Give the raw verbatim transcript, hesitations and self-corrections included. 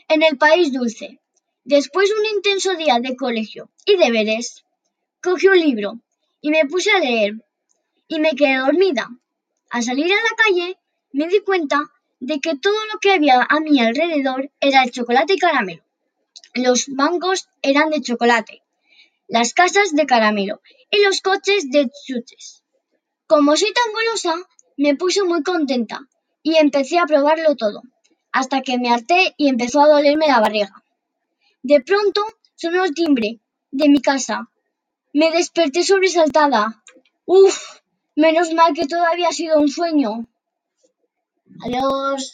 en el país dulce. Después de un intenso día de colegio y deberes, cogí un libro y me puse a leer y me quedé dormida. Al salir a la calle me di cuenta de que todo lo que había a mi alrededor era el chocolate y caramelo. Los bancos eran de chocolate, las casas de caramelo y los coches de chuches. Como soy tan golosa, me puse muy contenta y empecé a probarlo todo, hasta que me harté y empezó a dolerme la barriga. De pronto sonó el timbre de mi casa. Me desperté sobresaltada. Uf, menos mal que todo había sido un sueño. Adiós.